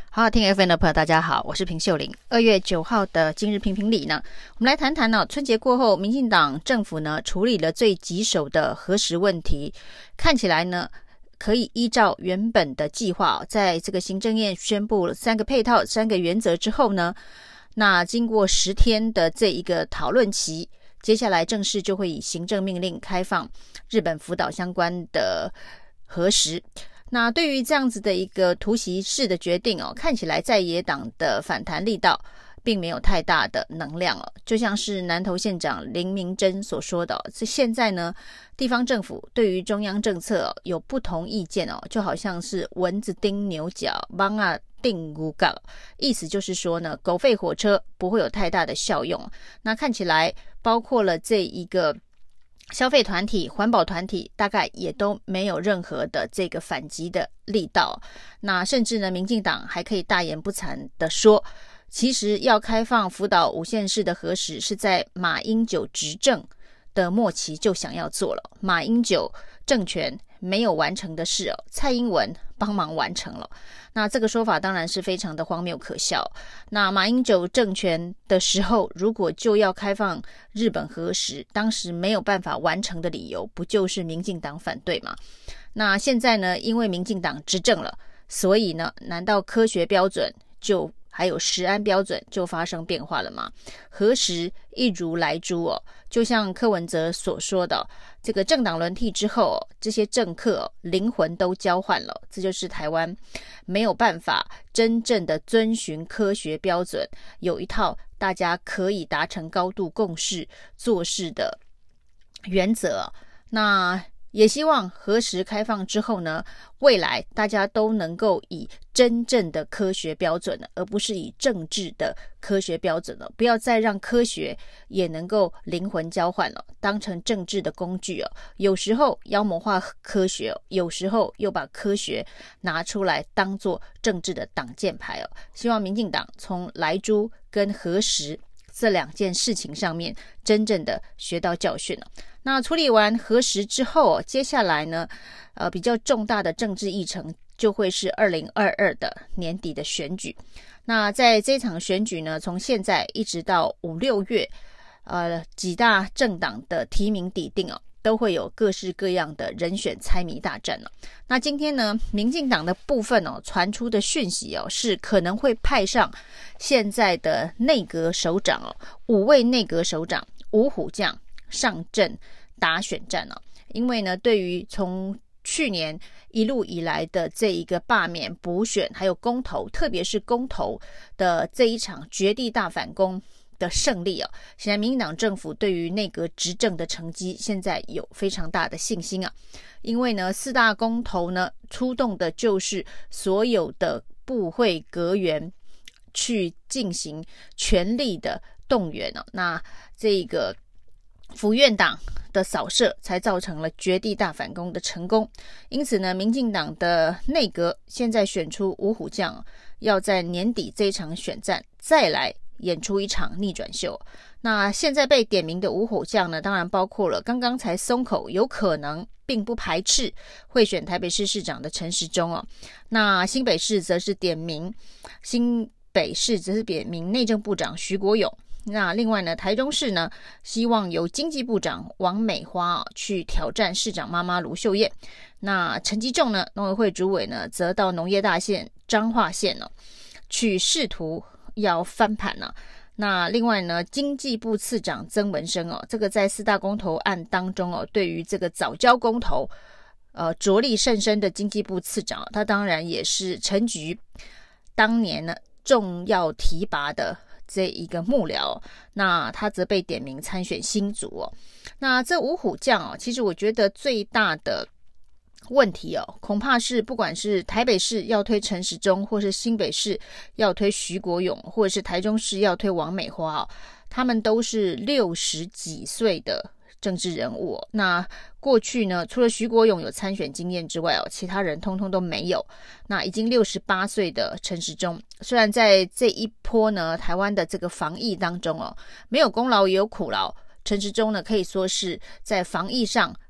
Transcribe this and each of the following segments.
好好听 FM 的朋友大家好，我是平秀玲。2月9号的今日评评理呢，我们来谈谈春节过后民进党政府呢处理了最棘手的核食问题，看起来呢可以依照原本的计划，在这个行政院宣布了3个配套、3个原则之后呢，那经过10天的这一个讨论期，接下来正式就会以行政命令开放日本福岛相关的核食。那对于这样子的一个突袭式的决定看起来在野党的反弹力道并没有太大的能量就像是南投县长林明珍所说的现在呢地方政府对于中央政策有不同意见就好像是蚊子叮牛角，蚊啊定牛角，意思就是说呢狗吠火车不会有太大的效用。那看起来包括了这一个消费团体、环保团体大概也都没有任何的这个反击的力道。那甚至呢民进党还可以大言不惭的说，其实要开放福岛5县市的核食是在马英九执政的末期就想要做了，马英九政权没有完成的事蔡英文帮忙完成了。那这个说法当然是非常的荒谬可笑。那马英九政权的时候，如果就要开放日本核食，当时没有办法完成的理由不就是民进党反对吗？那现在呢因为民进党执政了，所以呢难道科学标准还有食安标准就发生变化了吗？核食一如来猪就像柯文哲所说的这个政党轮替之后这些政客灵魂都交换了，这就是台湾没有办法真正的遵循科学标准，有一套大家可以达成高度共识做事的原则。那也希望核食开放之后呢，未来大家都能够以真正的科学标准而不是以政治的科学标准不要再让科学也能够灵魂交换了，当成政治的工具有时候妖魔化科学有时候又把科学拿出来当作政治的挡箭牌希望民进党从莱猪跟核食这2件事情上面真正的学到教训了。那处理完核食之后接下来呢比较重大的政治议程就会是2022的年底的选举。那在这场选举呢，从现在一直到5、6月几大政党的提名底定都会有各式各样的人选猜谜大战那今天呢民进党的部分传出的讯息是可能会派上现在的内阁首长5位内阁首长5虎将上阵打选战因为呢对于从去年一路以来的这一个罢免补选还有公投，特别是公投的这一场绝地大反攻的胜利现在民进党政府对于内阁执政的成绩现在有非常大的信心因为呢4大公投呢出动的就是所有的部会阁员去进行全力的动员那这个府院党的扫射才造成了绝地大反攻的成功。因此呢民进党的内阁现在选出5虎将要在年底这一场选战再来演出一场逆转秀。那现在被点名的5虎将呢，当然包括了刚刚才松口有可能并不排斥会选台北市市长的陈时中那新北市则是点名内政部长徐国勇。那另外呢台中市呢希望由经济部长王美花去挑战市长妈妈卢秀燕。那陈吉仲呢农委会主委呢则到农业大县彰化县去试图要翻盘那另外呢经济部次长曾文生这个在4大公投案当中对于这个早教公投着力甚深的经济部次长他当然也是陈菊当年呢重要提拔的这一个幕僚那他则被点名参选新竹那这5虎将其实我觉得最大的问题恐怕是不管是台北市要推陈时中，或是新北市要推徐国勇，或者是台中市要推王美花他们都是60几岁的政治人物那过去呢除了徐国勇有参选经验之外其他人通通都没有。那已经68岁的陈时中，虽然在这一波呢台湾的这个防疫当中没有功劳也有苦劳，陈时中呢可以说是在防疫上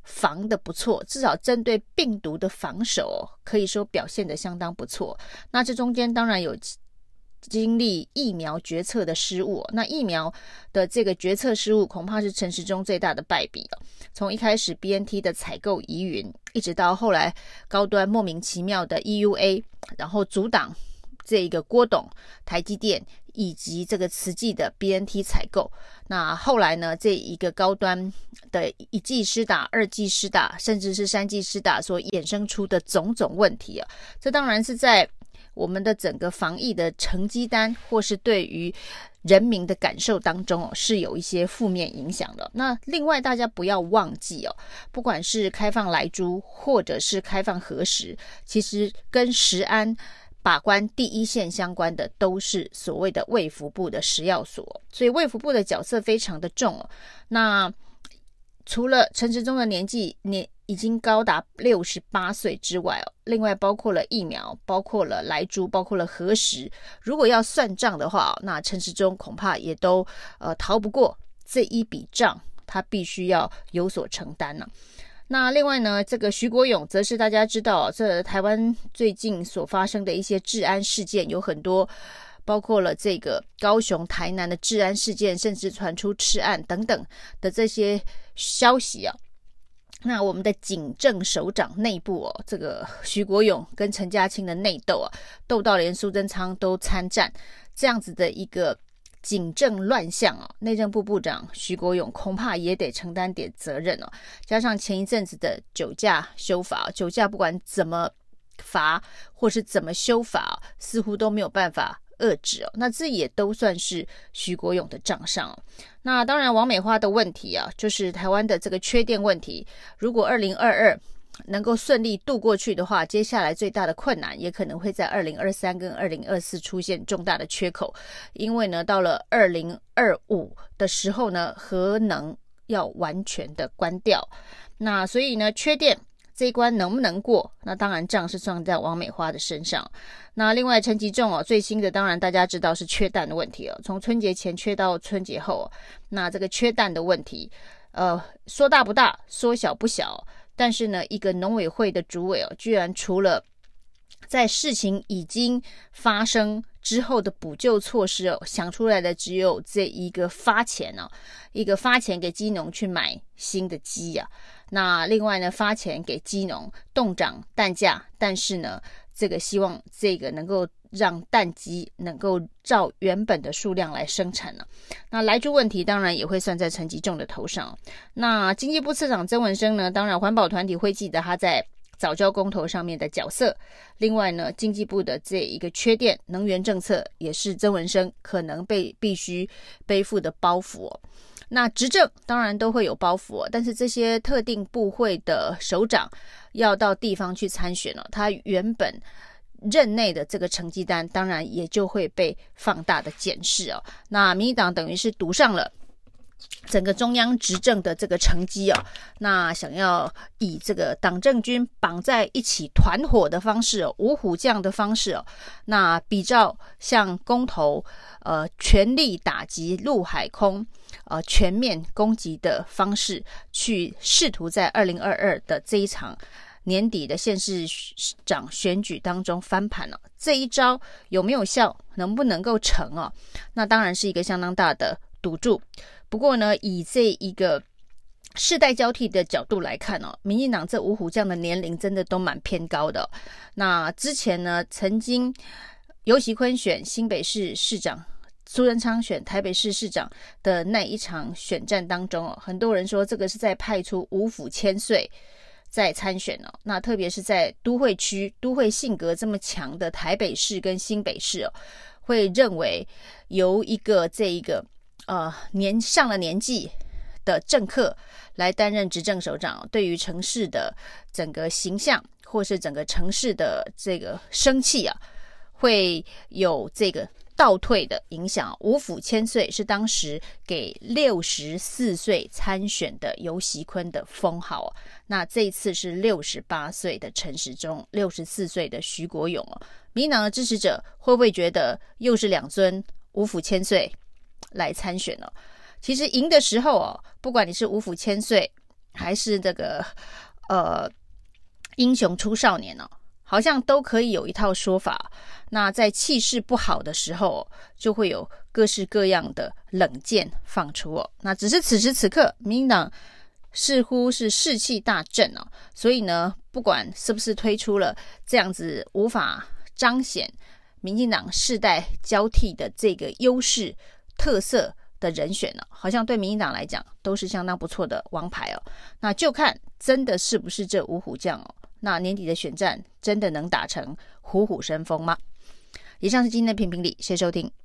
防得不错，至少针对病毒的防守可以说表现得相当不错。那这中间当然有经历疫苗决策的失误，那疫苗的这个决策失误恐怕是陈时中最大的败笔了。从一开始 BNT 的采购疑云，一直到后来高端莫名其妙的 EUA， 然后阻挡这个郭董、台积电以及这个慈济的 BNT 采购，那后来呢，这一个高端的一剂施打、二剂施打，甚至是三剂施打所衍生出的种种问题啊，这当然是在我们的整个防疫的成绩单，或是对于人民的感受当中是有一些负面影响的。那另外大家不要忘记不管是开放莱猪或者是开放核食，其实跟食安把关第一线相关的都是所谓的卫福部的食药所，所以卫福部的角色非常的重那除了陈时中的年纪已经高达68岁之外另外包括了疫苗，包括了莱猪，包括了核食，如果要算账的话那陈时中恐怕也都逃不过这一笔账，他必须要有所承担那另外呢，这个徐国勇则是大家知道这台湾最近所发生的一些治安事件有很多，包括了这个高雄、台南的治安事件，甚至传出痴案等等的这些消息那我们的警政首长内部这个徐国勇跟陈家清的内斗斗到连苏贞昌都参战，这样子的一个警政乱象内政部部长徐国勇恐怕也得承担点责任加上前一阵子的酒驾修法，酒驾不管怎么罚或是怎么修法似乎都没有办法遏制那这也都算是徐国勇的账上那当然王美花的问题就是台湾的这个缺电问题，如果2022能够顺利度过去的话，接下来最大的困难也可能会在2023跟2024出现重大的缺口，因为呢到了2025的时候呢，核能要完全的关掉，那所以呢缺电这一关能不能过，那当然账是算在王美花的身上。那另外陈吉仲最新的当然大家知道是缺蛋的问题从春节前缺到春节后那这个缺蛋的问题说大不大，说小不小，但是呢一个农委会的主委居然除了在事情已经发生之后的补救措施想出来的只有这一个发钱一个发钱给基农去买新的鸡那另外呢发钱给基农冻涨蛋价，但是呢这个希望这个能够让蛋鸡能够照原本的数量来生产那莱猪问题当然也会算在陈吉仲的头上那经济部次长曾文生呢，当然环保团体会记得他在早教公投上面的角色，另外呢经济部的这一个缺电能源政策也是曾文生可能必须背负的包袱那执政当然都会有包袱但是这些特定部会的首长要到地方去参选他原本任内的这个成绩单当然也就会被放大的检视那民进党等于是赌上了整个中央执政的这个成绩那想要以这个党政军绑在一起团伙的方式五虎将的方式那比照像公投全力打击陆海空全面攻击的方式去试图在2022的这一场年底的县市长选举当中翻盘这一招有没有效，能不能够成那当然是一个相当大的赌注。不过呢以这一个世代交替的角度来看民进党这五虎将的年龄真的都蛮偏高的那之前呢曾经游锡堃选新北市市长，苏贞昌选台北市市长的那一场选战当中很多人说这个是在派出五府千岁在参选那特别是在都会区都会性格这么强的台北市跟新北市会认为由一个这一个上了年纪的政客来担任执政首长，对于城市的整个形象或是整个城市的这个生气会有这个倒退的影响。五府千岁是当时给64岁参选的游锡堃的封号那这一次是68岁的陈时中，64岁的徐国勇民进党的支持者会不会觉得又是两尊五府千岁来参选其实赢的时候不管你是五府千岁还是这个英雄出少年哦，好像都可以有一套说法。那在气势不好的时候，就会有各式各样的冷箭放出哦。那只是此时此刻，民进党似乎是士气大振哦，所以呢，不管是不是推出了这样子无法彰显民进党世代交替的这个优势特色的人选呢，好像对民进党来讲都是相当不错的王牌哦。那就看真的是不是这五虎将哦。那年底的选战真的能打成虎虎生风吗？以上是今天的评评理，谢谢收听。